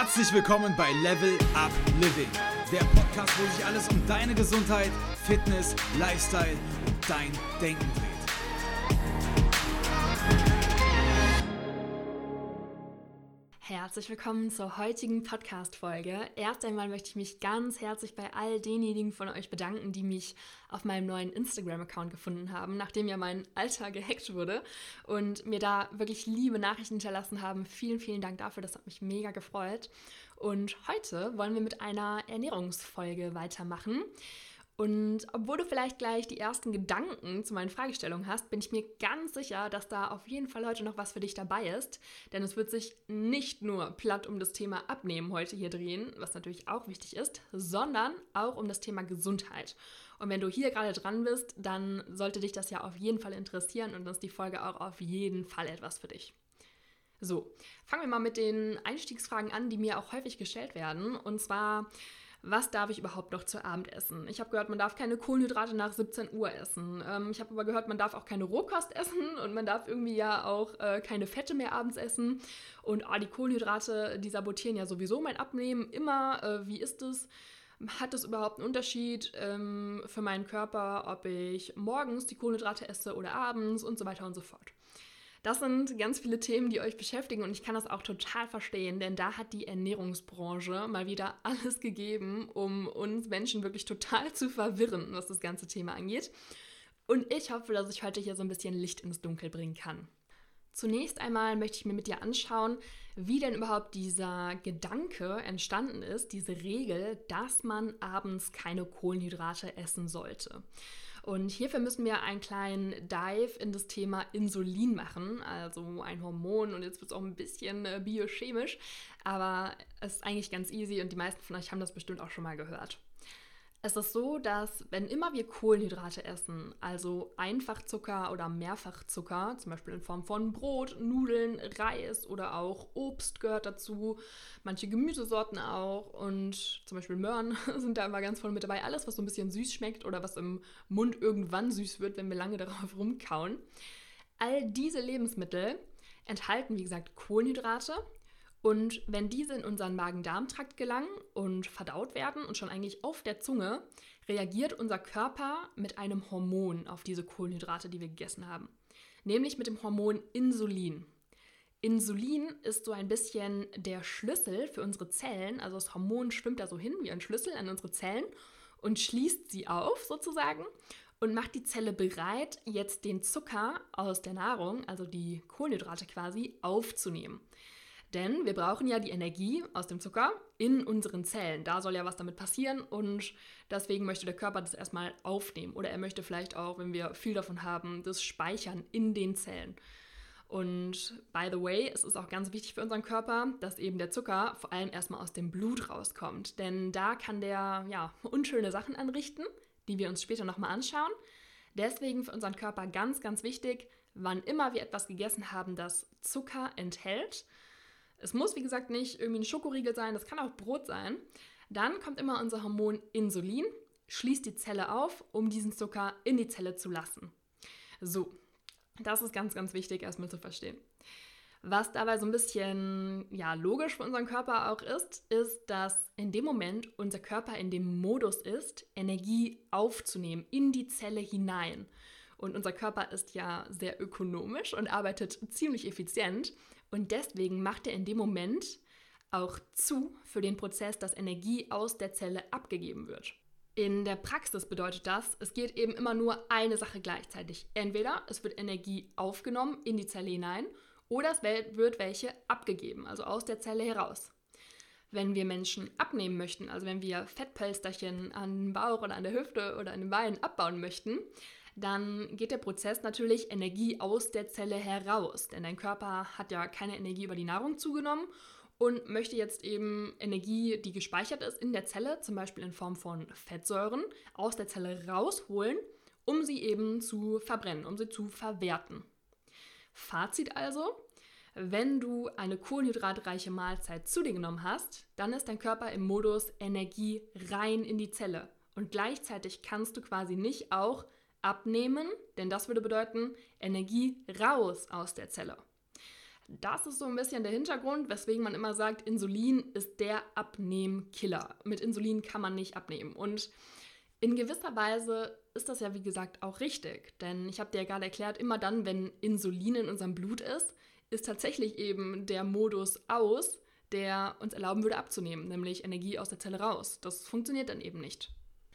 Herzlich willkommen bei Level Up Living, der Podcast, wo sich alles um deine Gesundheit, Fitness, Lifestyle und dein Denken dreht. Herzlich willkommen zur heutigen Podcast-Folge. Erst einmal möchte ich mich ganz herzlich bei all denjenigen von euch bedanken, die mich auf meinem neuen Instagram-Account gefunden haben, nachdem ja mein alter gehackt wurde und mir da wirklich liebe Nachrichten hinterlassen haben. Vielen, vielen Dank dafür, das hat mich mega gefreut. Und heute wollen wir mit einer Ernährungsfolge weitermachen. Und obwohl du vielleicht gleich die ersten Gedanken zu meinen Fragestellungen hast, bin ich mir ganz sicher, dass da auf jeden Fall heute noch was für dich dabei ist. Denn es wird sich nicht nur platt um das Thema Abnehmen heute hier drehen, was natürlich auch wichtig ist, sondern auch um das Thema Gesundheit. Und wenn du hier gerade dran bist, dann sollte dich das ja auf jeden Fall interessieren und dann ist die Folge auch auf jeden Fall etwas für dich. So, fangen wir mal mit den Einstiegsfragen an, die mir auch häufig gestellt werden. Und zwar: Was darf ich überhaupt noch zu Abend essen? Ich habe gehört, man darf keine Kohlenhydrate nach 17 Uhr essen. Ich habe aber gehört, man darf auch keine Rohkost essen und man darf irgendwie ja auch keine Fette mehr abends essen. Und die Kohlenhydrate, die sabotieren ja sowieso mein Abnehmen immer. Wie ist es? Hat es überhaupt einen Unterschied für meinen Körper, ob ich morgens die Kohlenhydrate esse oder abends und so weiter und so fort? Das sind ganz viele Themen, die euch beschäftigen und ich kann das auch total verstehen, denn da hat die Ernährungsbranche mal wieder alles gegeben, um uns Menschen wirklich total zu verwirren, was das ganze Thema angeht. Und ich hoffe, dass ich heute hier so ein bisschen Licht ins Dunkel bringen kann. Zunächst einmal möchte ich mir mit dir anschauen, wie denn überhaupt dieser Gedanke entstanden ist, diese Regel, dass man abends keine Kohlenhydrate essen sollte. Und hierfür müssen wir einen kleinen Dive in das Thema Insulin machen, also ein Hormon, und jetzt wird es auch ein bisschen biochemisch, aber es ist eigentlich ganz easy und die meisten von euch haben das bestimmt auch schon mal gehört. Es ist so, dass wenn immer wir Kohlenhydrate essen, also Einfachzucker oder Mehrfachzucker, zum Beispiel in Form von Brot, Nudeln, Reis oder auch Obst gehört dazu, manche Gemüsesorten auch und zum Beispiel Möhren sind da immer ganz voll mit dabei. Alles, was so ein bisschen süß schmeckt oder was im Mund irgendwann süß wird, wenn wir lange darauf rumkauen. All diese Lebensmittel enthalten, wie gesagt, Kohlenhydrate. Und wenn diese in unseren Magen-Darm-Trakt gelangen und verdaut werden und schon eigentlich auf der Zunge, reagiert unser Körper mit einem Hormon auf diese Kohlenhydrate, die wir gegessen haben. Nämlich mit dem Hormon Insulin. Insulin ist so ein bisschen der Schlüssel für unsere Zellen. Also das Hormon schwimmt da so hin wie ein Schlüssel an unsere Zellen und schließt sie auf sozusagen und macht die Zelle bereit, jetzt den Zucker aus der Nahrung, also die Kohlenhydrate quasi, aufzunehmen. Denn wir brauchen ja die Energie aus dem Zucker in unseren Zellen. Da soll ja was damit passieren und deswegen möchte der Körper das erstmal aufnehmen. Oder er möchte vielleicht auch, wenn wir viel davon haben, das speichern in den Zellen. Und by the way, es ist auch ganz wichtig für unseren Körper, dass eben der Zucker vor allem erstmal aus dem Blut rauskommt. Denn da kann der unschöne Sachen anrichten, die wir uns später nochmal anschauen. Deswegen für unseren Körper ganz, ganz wichtig, wann immer wir etwas gegessen haben, das Zucker enthält. Es muss, wie gesagt, nicht irgendwie ein Schokoriegel sein, das kann auch Brot sein. Dann kommt immer unser Hormon Insulin, schließt die Zelle auf, um diesen Zucker in die Zelle zu lassen. So, das ist ganz, ganz wichtig erstmal zu verstehen. Was dabei so ein bisschen logisch für unseren Körper auch ist, dass in dem Moment unser Körper in dem Modus ist, Energie aufzunehmen in die Zelle hinein. Und unser Körper ist ja sehr ökonomisch und arbeitet ziemlich effizient. Und deswegen macht er in dem Moment auch zu für den Prozess, dass Energie aus der Zelle abgegeben wird. In der Praxis bedeutet das, es geht eben immer nur eine Sache gleichzeitig. Entweder es wird Energie aufgenommen in die Zelle hinein oder es wird welche abgegeben, also aus der Zelle heraus. Wenn wir Menschen abnehmen möchten, also wenn wir Fettpölsterchen an dem Bauch oder an der Hüfte oder an den Beinen abbauen möchten, dann geht der Prozess natürlich Energie aus der Zelle heraus. Denn dein Körper hat ja keine Energie über die Nahrung zugenommen und möchte jetzt eben Energie, die gespeichert ist in der Zelle, zum Beispiel in Form von Fettsäuren, aus der Zelle rausholen, um sie eben zu verbrennen, um sie zu verwerten. Fazit also: Wenn du eine kohlenhydratreiche Mahlzeit zu dir genommen hast, dann ist dein Körper im Modus Energie rein in die Zelle. Und gleichzeitig kannst du quasi nicht auch abnehmen, denn das würde bedeuten Energie raus aus der Zelle. das ist so ein bisschen der Hintergrund, weswegen man immer sagt, Insulin ist der Abnehmkiller. Mit Insulin kann man nicht abnehmen. Und in gewisser Weise ist das ja, wie gesagt, auch richtig. Denn ich habe dir ja gerade erklärt, immer dann, wenn Insulin in unserem Blut ist tatsächlich eben der Modus aus, der uns erlauben würde abzunehmen, nämlich Energie aus der Zelle raus. Das funktioniert dann eben nicht.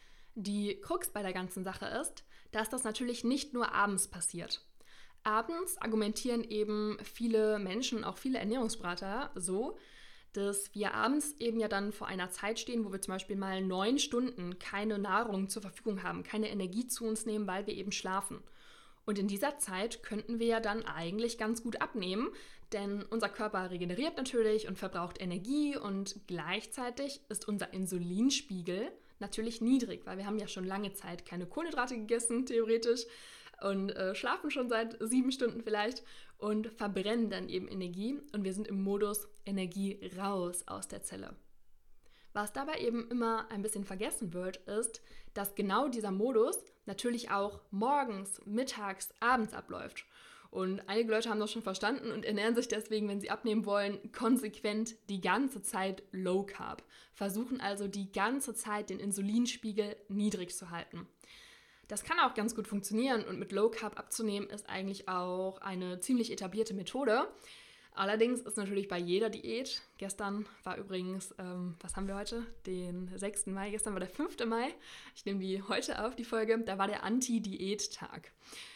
Die Krux bei der ganzen Sache ist, dass das natürlich nicht nur abends passiert. Abends argumentieren eben viele Menschen, auch viele Ernährungsberater so, dass wir abends eben ja dann vor einer Zeit stehen, wo wir zum Beispiel mal 9 Stunden keine Nahrung zur Verfügung haben, keine Energie zu uns nehmen, weil wir eben schlafen. Und in dieser Zeit könnten wir ja dann eigentlich ganz gut abnehmen, denn unser Körper regeneriert natürlich und verbraucht Energie und gleichzeitig ist unser Insulinspiegel natürlich niedrig, weil wir haben ja schon lange Zeit keine Kohlenhydrate gegessen, theoretisch, und schlafen schon seit 7 Stunden vielleicht und verbrennen dann eben Energie und wir sind im Modus Energie raus aus der Zelle. Was dabei eben immer ein bisschen vergessen wird, ist, dass genau dieser Modus natürlich auch morgens, mittags, abends abläuft. Und einige Leute haben das schon verstanden und ernähren sich deswegen, wenn sie abnehmen wollen, konsequent die ganze Zeit Low Carb. Versuchen also die ganze Zeit den Insulinspiegel niedrig zu halten. Das kann auch ganz gut funktionieren und mit Low Carb abzunehmen ist eigentlich auch eine ziemlich etablierte Methode. Allerdings ist natürlich bei jeder Diät, gestern war übrigens, was haben wir heute? Den 6. Mai, gestern war der 5. Mai, ich nehme die heute auf, die Folge, da war der Anti-Diät-Tag.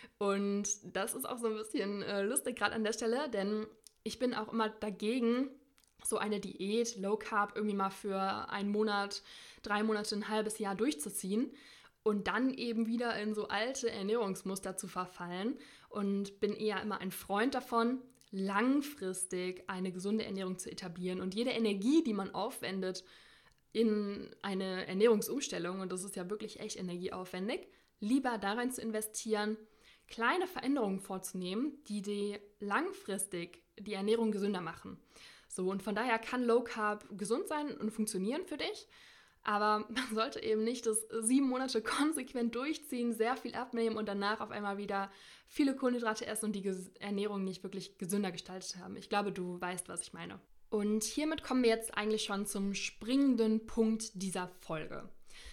Und das ist auch so ein bisschen lustig gerade an der Stelle, denn ich bin auch immer dagegen, so eine Diät, Low Carb, irgendwie mal für einen Monat, 3 Monate, ein halbes Jahr durchzuziehen und dann eben wieder in so alte Ernährungsmuster zu verfallen und bin eher immer ein Freund davon, langfristig eine gesunde Ernährung zu etablieren und jede Energie, die man aufwendet in eine Ernährungsumstellung, und das ist ja wirklich echt energieaufwendig, lieber darin zu investieren, kleine Veränderungen vorzunehmen, die langfristig die Ernährung gesünder machen. So, und von daher kann Low Carb gesund sein und funktionieren für dich, aber man sollte eben nicht das 7 Monate konsequent durchziehen, sehr viel abnehmen und danach auf einmal wieder viele Kohlenhydrate essen und die Ernährung nicht wirklich gesünder gestaltet haben. Ich glaube, du weißt, was ich meine. Und hiermit kommen wir jetzt eigentlich schon zum springenden Punkt dieser Folge.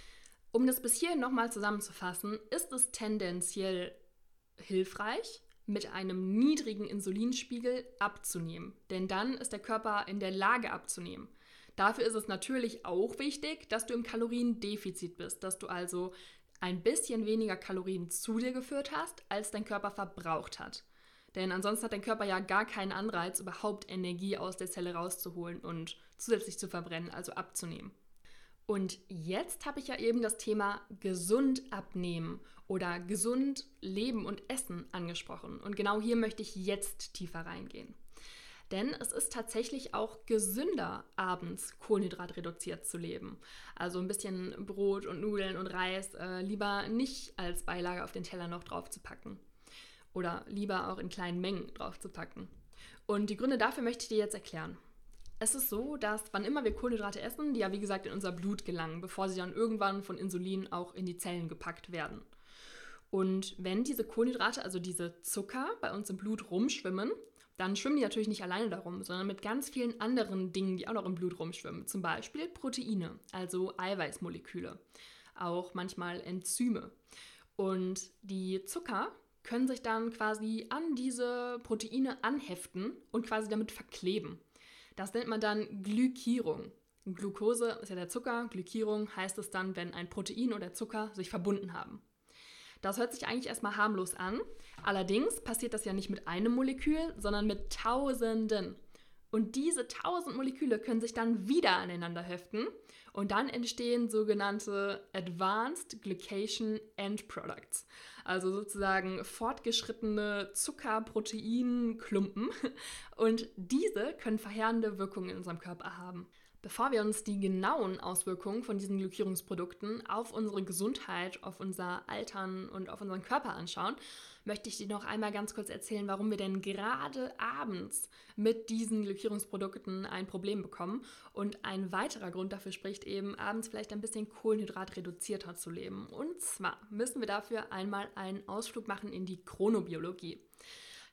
Um das bis hierhin nochmal zusammenzufassen, ist es tendenziell hilfreich, mit einem niedrigen Insulinspiegel abzunehmen. Denn dann ist der Körper in der Lage abzunehmen. Dafür ist es natürlich auch wichtig, dass du im Kaloriendefizit bist, dass du also ein bisschen weniger Kalorien zu dir geführt hast, als dein Körper verbraucht hat. Denn ansonsten hat dein Körper ja gar keinen Anreiz, überhaupt Energie aus der Zelle rauszuholen und zusätzlich zu verbrennen, also abzunehmen. Und jetzt habe ich ja eben das Thema gesund abnehmen oder gesund leben und essen angesprochen. Und genau hier möchte ich jetzt tiefer reingehen. Denn es ist tatsächlich auch gesünder, abends kohlenhydratreduziert zu leben. Also ein bisschen Brot und Nudeln und Reis lieber nicht als Beilage auf den Teller noch drauf zu packen. Oder lieber auch in kleinen Mengen drauf zu packen. Und die Gründe dafür möchte ich dir jetzt erklären. Es ist so, dass wann immer wir Kohlenhydrate essen, die ja wie gesagt in unser Blut gelangen, bevor sie dann irgendwann von Insulin auch in die Zellen gepackt werden. Und wenn diese Kohlenhydrate, also diese Zucker, bei uns im Blut rumschwimmen, dann schwimmen die natürlich nicht alleine darum, sondern mit ganz vielen anderen Dingen, die auch noch im Blut rumschwimmen. Zum Beispiel Proteine, also Eiweißmoleküle, auch manchmal Enzyme. Und die Zucker können sich dann quasi an diese Proteine anheften und quasi damit verkleben. Das nennt man dann Glykierung. Glucose ist ja der Zucker, Glykierung heißt es dann, wenn ein Protein oder Zucker sich verbunden haben. Das hört sich eigentlich erstmal harmlos an. Allerdings passiert das ja nicht mit einem Molekül, sondern mit Tausenden. Und diese 1000 Moleküle können sich dann wieder aneinander heften und dann entstehen sogenannte Advanced Glycation End Products. Also sozusagen fortgeschrittene Zuckerproteinklumpen. Und diese können verheerende Wirkungen in unserem Körper haben. Bevor wir uns die genauen Auswirkungen von diesen Glykierungsprodukten auf unsere Gesundheit, auf unser Altern und auf unseren Körper anschauen, möchte ich dir noch einmal ganz kurz erzählen, warum wir denn gerade abends mit diesen Glykierungsprodukten ein Problem bekommen. Und ein weiterer Grund dafür spricht eben, abends vielleicht ein bisschen kohlenhydratreduzierter zu leben. Und zwar müssen wir dafür einmal einen Ausflug machen in die Chronobiologie.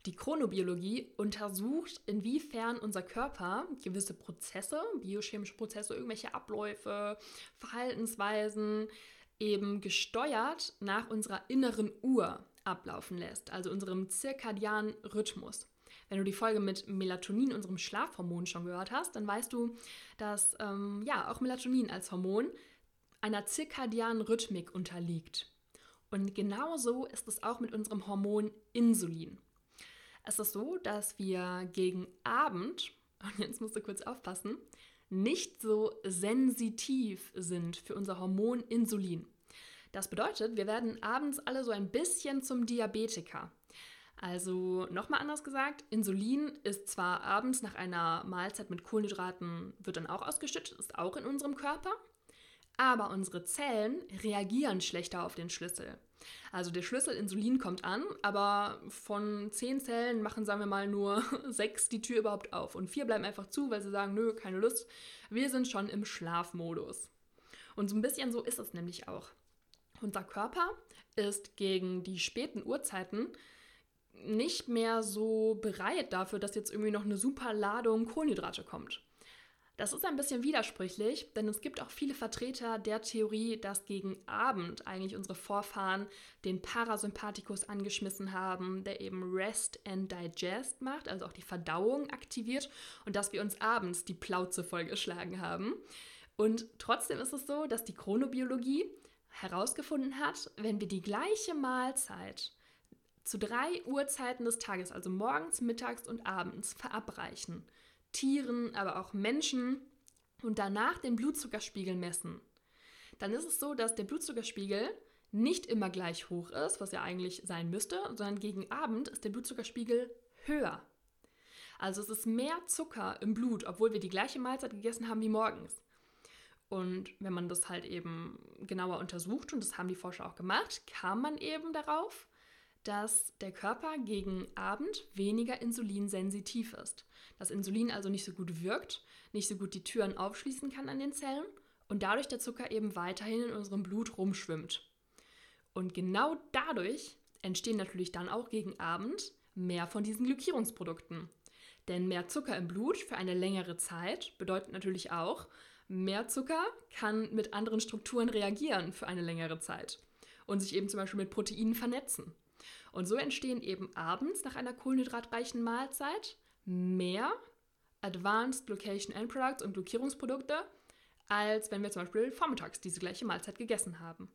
Die Chronobiologie untersucht, inwiefern unser Körper gewisse Prozesse, biochemische Prozesse, irgendwelche Abläufe, Verhaltensweisen eben gesteuert nach unserer inneren Uhr ablaufen lässt, also unserem zirkadianen Rhythmus. Wenn du die Folge mit Melatonin, unserem Schlafhormon, schon gehört hast, dann weißt du, dass auch Melatonin als Hormon einer zirkadianen Rhythmik unterliegt. Und genauso ist es auch mit unserem Hormon Insulin. Es ist so, dass wir gegen Abend, und jetzt musst du kurz aufpassen, nicht so sensitiv sind für unser Hormon Insulin. Das bedeutet, wir werden abends alle so ein bisschen zum Diabetiker. Also nochmal anders gesagt, Insulin ist zwar abends nach einer Mahlzeit mit Kohlenhydraten, wird dann auch ausgeschüttet, ist auch in unserem Körper, aber unsere Zellen reagieren schlechter auf den Schlüssel. Also der Schlüssel Insulin kommt an, aber von 10 Zellen machen, sagen wir mal, nur 6 die Tür überhaupt auf. Und 4 bleiben einfach zu, weil sie sagen, nö, keine Lust, wir sind schon im Schlafmodus. Und so ein bisschen so ist es nämlich auch. Unser Körper ist gegen die späten Uhrzeiten nicht mehr so bereit dafür, dass jetzt irgendwie noch eine super Ladung Kohlenhydrate kommt. Das ist ein bisschen widersprüchlich, denn es gibt auch viele Vertreter der Theorie, dass gegen Abend eigentlich unsere Vorfahren den Parasympathikus angeschmissen haben, der eben Rest and Digest macht, also auch die Verdauung aktiviert, und dass wir uns abends die Plauze vollgeschlagen haben. Und trotzdem ist es so, dass die Chronobiologie herausgefunden hat, wenn wir die gleiche Mahlzeit zu 3 Uhrzeiten des Tages, also morgens, mittags und abends, verabreichen, Tieren, aber auch Menschen, und danach den Blutzuckerspiegel messen, dann ist es so, dass der Blutzuckerspiegel nicht immer gleich hoch ist, was ja eigentlich sein müsste, sondern gegen Abend ist der Blutzuckerspiegel höher. Also es ist mehr Zucker im Blut, obwohl wir die gleiche Mahlzeit gegessen haben wie morgens. Und wenn man das halt eben genauer untersucht, und das haben die Forscher auch gemacht, kam man eben darauf, dass der Körper gegen Abend weniger insulinsensitiv ist. Dass Insulin also nicht so gut wirkt, nicht so gut die Türen aufschließen kann an den Zellen und dadurch der Zucker eben weiterhin in unserem Blut rumschwimmt. Und genau dadurch entstehen natürlich dann auch gegen Abend mehr von diesen Glykierungsprodukten. Denn mehr Zucker im Blut für eine längere Zeit bedeutet natürlich auch, mehr Zucker kann mit anderen Strukturen reagieren für eine längere Zeit und sich eben zum Beispiel mit Proteinen vernetzen. Und so entstehen eben abends nach einer kohlenhydratreichen Mahlzeit mehr Advanced Glycation End Products und Glykierungsprodukte, als wenn wir zum Beispiel vormittags diese gleiche Mahlzeit gegessen haben.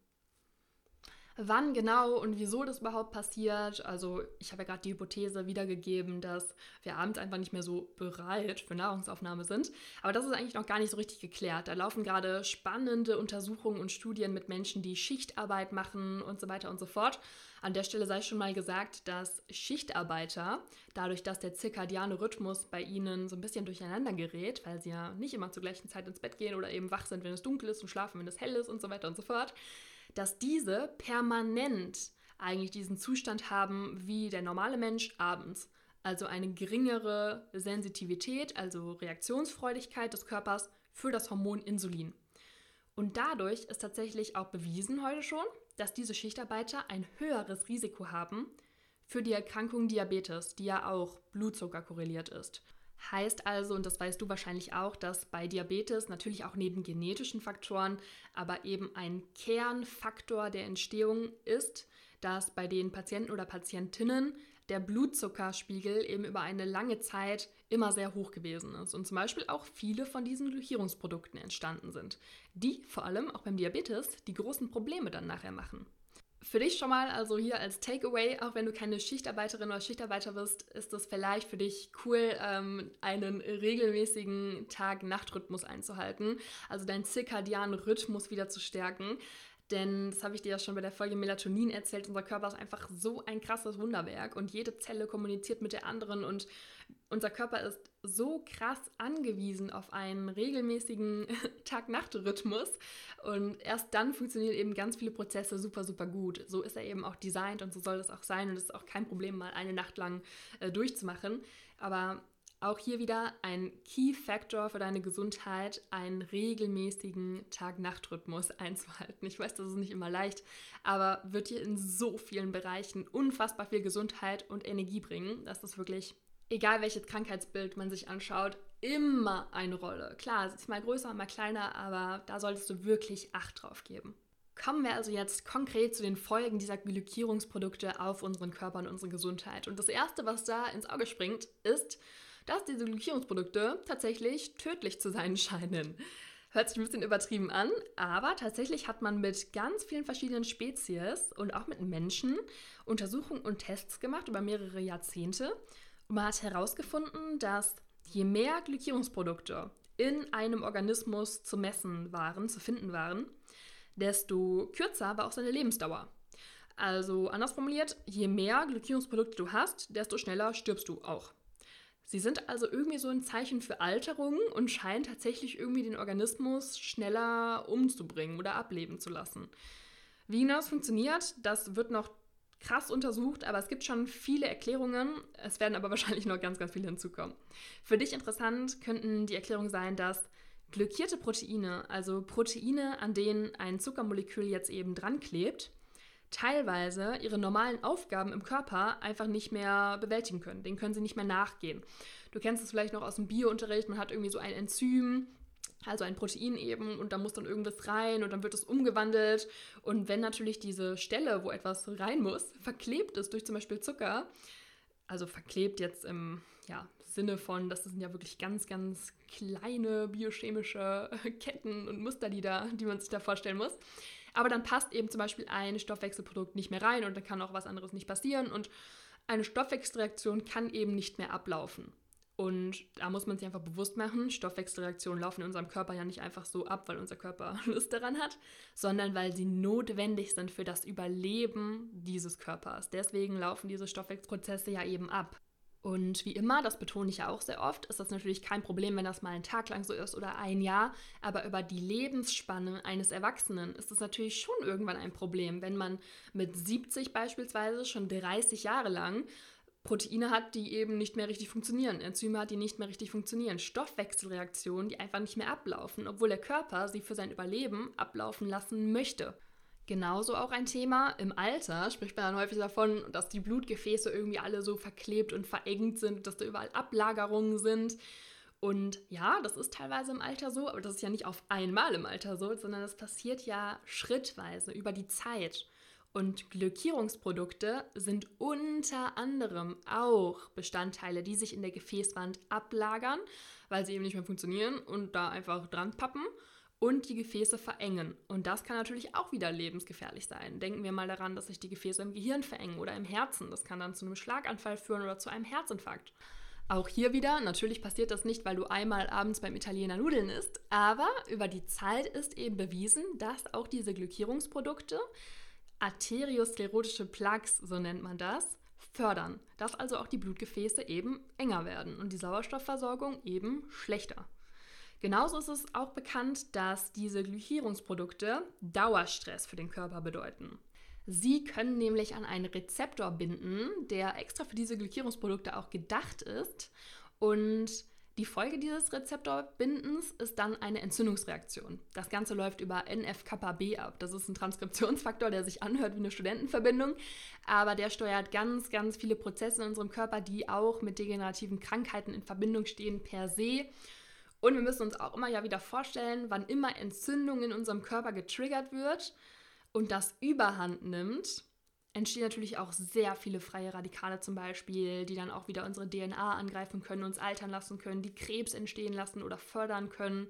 Wann genau und wieso das überhaupt passiert, also ich habe ja gerade die Hypothese wiedergegeben, dass wir abends einfach nicht mehr so bereit für Nahrungsaufnahme sind, aber das ist eigentlich noch gar nicht so richtig geklärt. Da laufen gerade spannende Untersuchungen und Studien mit Menschen, die Schichtarbeit machen und so weiter und so fort. An der Stelle sei schon mal gesagt, dass Schichtarbeiter, dadurch, dass der zirkadiane Rhythmus bei ihnen so ein bisschen durcheinander gerät, weil sie ja nicht immer zur gleichen Zeit ins Bett gehen oder eben wach sind, wenn es dunkel ist, und schlafen, wenn es hell ist und so weiter und so fort, dass diese permanent eigentlich diesen Zustand haben wie der normale Mensch abends. Also eine geringere Sensitivität, also Reaktionsfreudigkeit des Körpers für das Hormon Insulin. Und dadurch ist tatsächlich auch bewiesen heute schon, dass diese Schichtarbeiter ein höheres Risiko haben für die Erkrankung Diabetes, die ja auch Blutzucker korreliert ist. Heißt also, und das weißt du wahrscheinlich auch, dass bei Diabetes natürlich auch neben genetischen Faktoren, aber eben ein Kernfaktor der Entstehung ist, dass bei den Patienten oder Patientinnen der Blutzuckerspiegel eben über eine lange Zeit immer sehr hoch gewesen ist und zum Beispiel auch viele von diesen Glykierungsprodukten entstanden sind, die vor allem auch beim Diabetes die großen Probleme dann nachher machen. Für dich schon mal, also hier als Takeaway, auch wenn du keine Schichtarbeiterin oder Schichtarbeiter bist, ist es vielleicht für dich cool, einen regelmäßigen Tag-Nacht-Rhythmus einzuhalten, also deinen zirkadianen Rhythmus wieder zu stärken. Denn, das habe ich dir ja schon bei der Folge Melatonin erzählt, unser Körper ist einfach so ein krasses Wunderwerk und jede Zelle kommuniziert mit der anderen und unser Körper ist so krass angewiesen auf einen regelmäßigen Tag-Nacht-Rhythmus und erst dann funktionieren eben ganz viele Prozesse super, super gut. So ist er eben auch designt und so soll es auch sein und es ist auch kein Problem, mal eine Nacht lang durchzumachen. Aber Auch hier wieder ein Key Factor für deine Gesundheit, einen regelmäßigen Tag-Nacht-Rhythmus einzuhalten. Ich weiß, das ist nicht immer leicht, aber wird dir in so vielen Bereichen unfassbar viel Gesundheit und Energie bringen, dass das wirklich, egal welches Krankheitsbild man sich anschaut, immer eine Rolle. Klar, es ist mal größer, mal kleiner, aber da solltest du wirklich Acht drauf geben. Kommen wir also jetzt konkret zu den Folgen dieser Glykierungsprodukte auf unseren Körper und unsere Gesundheit. Und das Erste, was da ins Auge springt, ist, dass diese Glykierungsprodukte tatsächlich tödlich zu sein scheinen. Hört sich ein bisschen übertrieben an, aber tatsächlich hat man mit ganz vielen verschiedenen Spezies und auch mit Menschen Untersuchungen und Tests gemacht über mehrere Jahrzehnte. Und man hat herausgefunden, dass je mehr Glykierungsprodukte in einem Organismus zu finden waren, desto kürzer war auch seine Lebensdauer. Also anders formuliert, je mehr Glykierungsprodukte du hast, desto schneller stirbst du auch. Sie sind also irgendwie so ein Zeichen für Alterung und scheinen tatsächlich irgendwie den Organismus schneller umzubringen oder ableben zu lassen. Wie genau das funktioniert, das wird noch krass untersucht, aber es gibt schon viele Erklärungen. Es werden aber wahrscheinlich noch ganz, ganz viele hinzukommen. Für dich interessant könnten die Erklärungen sein, dass glykierte Proteine, also Proteine, an denen ein Zuckermolekül jetzt eben dran klebt, teilweise ihre normalen Aufgaben im Körper einfach nicht mehr bewältigen können. Denen können sie nicht mehr nachgehen. Du kennst es vielleicht noch aus dem Biounterricht, man hat irgendwie so ein Enzym, also ein Protein eben, und da muss dann irgendwas rein und dann wird es umgewandelt. Und wenn natürlich diese Stelle, wo etwas rein muss, verklebt ist durch zum Beispiel Zucker, also verklebt jetzt im Sinne von, das sind ja wirklich ganz, ganz kleine biochemische Ketten und Muster, die man sich da vorstellen muss. Aber dann passt eben zum Beispiel ein Stoffwechselprodukt nicht mehr rein und dann kann auch was anderes nicht passieren und eine Stoffwechselreaktion kann eben nicht mehr ablaufen. Und da muss man sich einfach bewusst machen, Stoffwechselreaktionen laufen in unserem Körper ja nicht einfach so ab, weil unser Körper Lust daran hat, sondern weil sie notwendig sind für das Überleben dieses Körpers. Deswegen laufen diese Stoffwechselprozesse ja eben ab. Und wie immer, das betone ich ja auch sehr oft, ist das natürlich kein Problem, wenn das mal einen Tag lang so ist oder ein Jahr, aber über die Lebensspanne eines Erwachsenen ist es natürlich schon irgendwann ein Problem, wenn man mit 70 beispielsweise schon 30 Jahre lang Proteine hat, die eben nicht mehr richtig funktionieren, Enzyme hat, die nicht mehr richtig funktionieren, Stoffwechselreaktionen, die einfach nicht mehr ablaufen, obwohl der Körper sie für sein Überleben ablaufen lassen möchte. Genauso auch ein Thema, im Alter spricht man dann häufig davon, dass die Blutgefäße irgendwie alle so verklebt und verengt sind, dass da überall Ablagerungen sind. Und ja, das ist teilweise im Alter so, aber das ist ja nicht auf einmal im Alter so, sondern das passiert ja schrittweise über die Zeit. Und Glykierungsprodukte sind unter anderem auch Bestandteile, die sich in der Gefäßwand ablagern, weil sie eben nicht mehr funktionieren und da einfach dran pappen. Und die Gefäße verengen. Und das kann natürlich auch wieder lebensgefährlich sein. Denken wir mal daran, dass sich die Gefäße im Gehirn verengen oder im Herzen. Das kann dann zu einem Schlaganfall führen oder zu einem Herzinfarkt. Auch hier wieder, natürlich passiert das nicht, weil du einmal abends beim Italiener Nudeln isst, aber über die Zeit ist eben bewiesen, dass auch diese Glykierungsprodukte, arteriosklerotische Plaques, so nennt man das, fördern. Dass also auch die Blutgefäße eben enger werden und die Sauerstoffversorgung eben schlechter. Genauso ist es auch bekannt, dass diese Glykierungsprodukte Dauerstress für den Körper bedeuten. Sie können nämlich an einen Rezeptor binden, der extra für diese Glykierungsprodukte auch gedacht ist. Und die Folge dieses Rezeptorbindens ist dann eine Entzündungsreaktion. Das Ganze läuft über NF-κB ab. Das ist ein Transkriptionsfaktor, der sich anhört wie eine Studentenverbindung, aber der steuert ganz, ganz viele Prozesse in unserem Körper, die auch mit degenerativen Krankheiten in Verbindung stehen per se. Und wir müssen uns auch immer ja wieder vorstellen, wann immer Entzündung in unserem Körper getriggert wird und das Überhand nimmt, entstehen natürlich auch sehr viele freie Radikale zum Beispiel, die dann auch wieder unsere DNA angreifen können, uns altern lassen können, die Krebs entstehen lassen oder fördern können.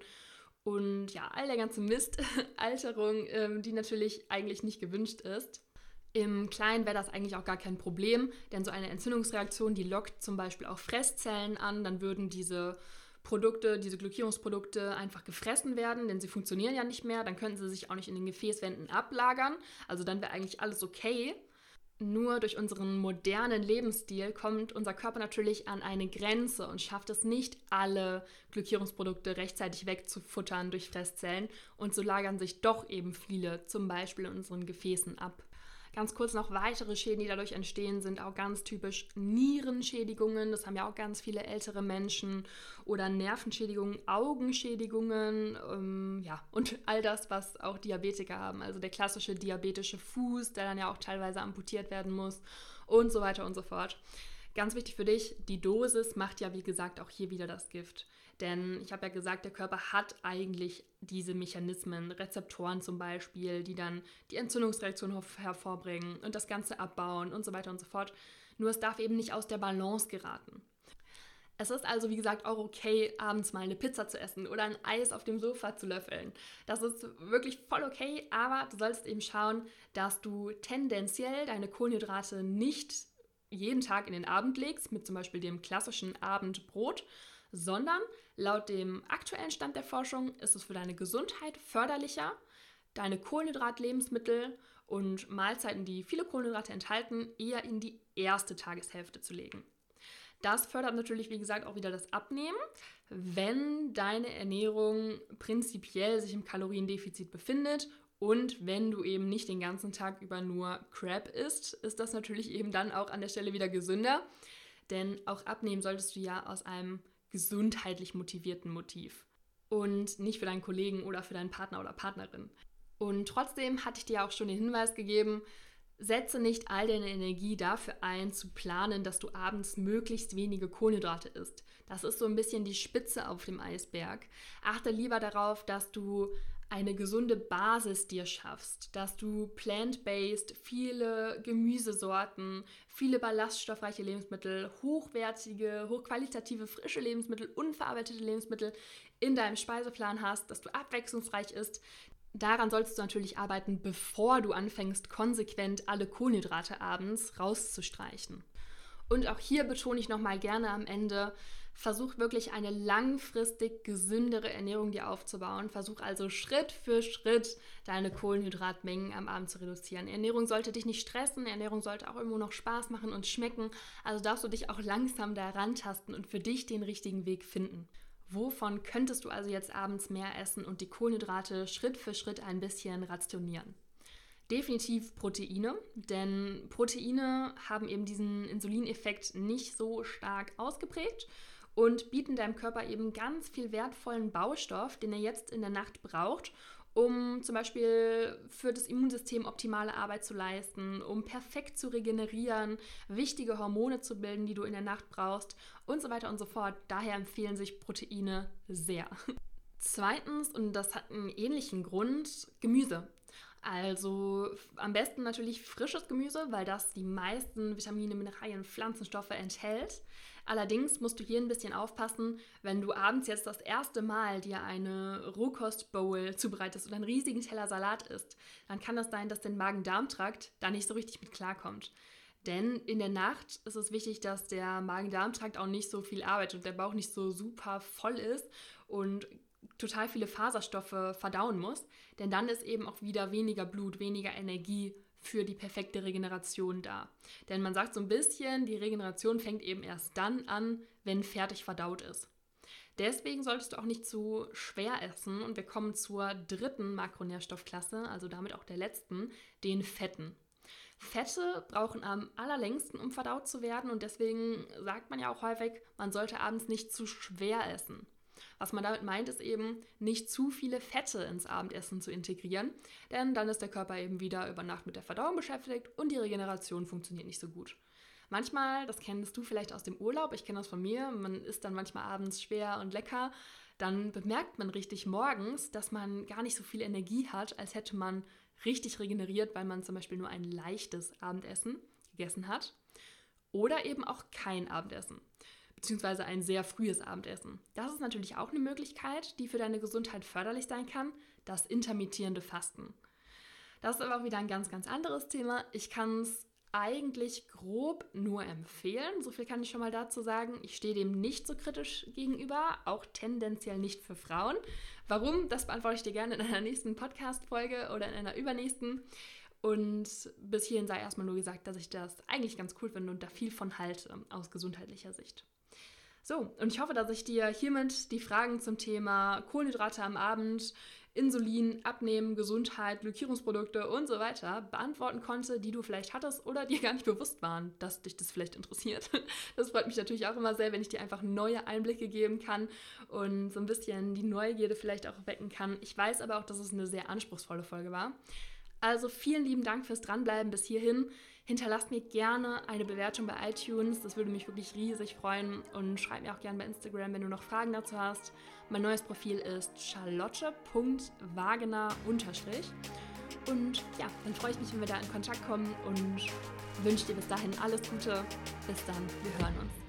Und ja, all der ganze Mist, Alterung, die natürlich eigentlich nicht gewünscht ist. Im Kleinen wäre das eigentlich auch gar kein Problem, denn so eine Entzündungsreaktion, die lockt zum Beispiel auch Fresszellen an, dann würden diese Glykierungsprodukte einfach gefressen werden, denn sie funktionieren ja nicht mehr, dann könnten sie sich auch nicht in den Gefäßwänden ablagern, also dann wäre eigentlich alles okay. Nur durch unseren modernen Lebensstil kommt unser Körper natürlich an eine Grenze und schafft es nicht, alle Glykierungsprodukte rechtzeitig wegzufuttern durch Fresszellen und so lagern sich doch eben viele zum Beispiel in unseren Gefäßen ab. Ganz kurz noch weitere Schäden, die dadurch entstehen, sind auch ganz typisch Nierenschädigungen. Das haben ja auch ganz viele ältere Menschen. Oder Nervenschädigungen, Augenschädigungen, und all das, was auch Diabetiker haben. Also der klassische diabetische Fuß, der dann ja auch teilweise amputiert werden muss und so weiter und so fort. Ganz wichtig für dich, die Dosis macht ja wie gesagt auch hier wieder das Gift. Denn ich habe ja gesagt, der Körper hat eigentlich diese Mechanismen, Rezeptoren zum Beispiel, die dann die Entzündungsreaktion hervorbringen und das Ganze abbauen und so weiter und so fort. Nur es darf eben nicht aus der Balance geraten. Es ist also, wie gesagt, auch okay, abends mal eine Pizza zu essen oder ein Eis auf dem Sofa zu löffeln. Das ist wirklich voll okay, aber du solltest eben schauen, dass du tendenziell deine Kohlenhydrate nicht jeden Tag in den Abend legst, mit zum Beispiel dem klassischen Abendbrot, sondern laut dem aktuellen Stand der Forschung ist es für deine Gesundheit förderlicher, deine Kohlenhydratlebensmittel und Mahlzeiten, die viele Kohlenhydrate enthalten, eher in die erste Tageshälfte zu legen. Das fördert natürlich, wie gesagt, auch wieder das Abnehmen, wenn deine Ernährung prinzipiell sich im Kaloriendefizit befindet und wenn du eben nicht den ganzen Tag über nur Crap isst, ist das natürlich eben dann auch an der Stelle wieder gesünder, denn auch abnehmen solltest du ja aus einem gesundheitlich motivierten Motiv und nicht für deinen Kollegen oder für deinen Partner oder Partnerin. Und trotzdem hatte ich dir auch schon den Hinweis gegeben, setze nicht all deine Energie dafür ein, zu planen, dass du abends möglichst wenige Kohlenhydrate isst. Das ist so ein bisschen die Spitze auf dem Eisberg. Achte lieber darauf, dass du eine gesunde Basis dir schaffst, dass du plant-based, viele Gemüsesorten, viele ballaststoffreiche Lebensmittel, hochwertige, hochqualitative, frische Lebensmittel, unverarbeitete Lebensmittel in deinem Speiseplan hast, dass du abwechslungsreich isst. Daran solltest du natürlich arbeiten, bevor du anfängst, konsequent alle Kohlenhydrate abends rauszustreichen. Und auch hier betone ich nochmal gerne am Ende, versuch wirklich eine langfristig gesündere Ernährung dir aufzubauen. Versuch also Schritt für Schritt deine Kohlenhydratmengen am Abend zu reduzieren. Ernährung sollte dich nicht stressen, Ernährung sollte auch irgendwo noch Spaß machen und schmecken. Also darfst du dich auch langsam da rantasten und für dich den richtigen Weg finden. Wovon könntest du also jetzt abends mehr essen und die Kohlenhydrate Schritt für Schritt ein bisschen rationieren? Definitiv Proteine, denn Proteine haben eben diesen Insulineffekt nicht so stark ausgeprägt und bieten deinem Körper eben ganz viel wertvollen Baustoff, den er jetzt in der Nacht braucht, um zum Beispiel für das Immunsystem optimale Arbeit zu leisten, um perfekt zu regenerieren, wichtige Hormone zu bilden, die du in der Nacht brauchst und so weiter und so fort. Daher empfehlen sich Proteine sehr. Zweitens, und das hat einen ähnlichen Grund, Gemüse. Also am besten natürlich frisches Gemüse, weil das die meisten Vitamine, Mineralien, Pflanzenstoffe enthält. Allerdings musst du hier ein bisschen aufpassen, wenn du abends jetzt das erste Mal dir eine Rohkost-Bowl zubereitest oder einen riesigen Teller Salat isst, dann kann das sein, dass dein Magen-Darm-Trakt da nicht so richtig mit klarkommt. Denn in der Nacht ist es wichtig, dass der Magen-Darm-Trakt auch nicht so viel arbeitet und der Bauch nicht so super voll ist und total viele Faserstoffe verdauen muss, denn dann ist eben auch wieder weniger Blut, weniger Energie für die perfekte Regeneration da. Denn man sagt so ein bisschen, die Regeneration fängt eben erst dann an, wenn fertig verdaut ist. Deswegen solltest du auch nicht zu schwer essen und wir kommen zur dritten Makronährstoffklasse, also damit auch der letzten, den Fetten. Fette brauchen am allerlängsten, um verdaut zu werden und deswegen sagt man ja auch häufig, man sollte abends nicht zu schwer essen. Was man damit meint, ist eben, nicht zu viele Fette ins Abendessen zu integrieren, denn dann ist der Körper eben wieder über Nacht mit der Verdauung beschäftigt und die Regeneration funktioniert nicht so gut. Manchmal, das kennst du vielleicht aus dem Urlaub, ich kenne das von mir, man isst dann manchmal abends schwer und lecker, dann bemerkt man richtig morgens, dass man gar nicht so viel Energie hat, als hätte man richtig regeneriert, weil man zum Beispiel nur ein leichtes Abendessen gegessen hat oder eben auch kein Abendessen. Beziehungsweise ein sehr frühes Abendessen. Das ist natürlich auch eine Möglichkeit, die für deine Gesundheit förderlich sein kann, das intermittierende Fasten. Das ist aber auch wieder ein ganz, ganz anderes Thema. Ich kann es eigentlich grob nur empfehlen, so viel kann ich schon mal dazu sagen. Ich stehe dem nicht so kritisch gegenüber, auch tendenziell nicht für Frauen. Warum? Das beantworte ich dir gerne in einer nächsten Podcast-Folge oder in einer übernächsten. Und bis hierhin sei erstmal nur gesagt, dass ich das eigentlich ganz cool finde und da viel von halte aus gesundheitlicher Sicht. So, und ich hoffe, dass ich dir hiermit die Fragen zum Thema Kohlenhydrate am Abend, Insulin, Abnehmen, Gesundheit, Blockierungsprodukte und so weiter beantworten konnte, die du vielleicht hattest oder dir gar nicht bewusst waren, dass dich das vielleicht interessiert. Das freut mich natürlich auch immer sehr, wenn ich dir einfach neue Einblicke geben kann und so ein bisschen die Neugierde vielleicht auch wecken kann. Ich weiß aber auch, dass es eine sehr anspruchsvolle Folge war. Also vielen lieben Dank fürs Dranbleiben bis hierhin. Hinterlasst mir gerne eine Bewertung bei iTunes, das würde mich wirklich riesig freuen, und schreib mir auch gerne bei Instagram, wenn du noch Fragen dazu hast. Mein neues Profil ist charlotte.wagener_. Und ja, dann freue ich mich, wenn wir da in Kontakt kommen und wünsche dir bis dahin alles Gute. Bis dann, wir hören uns.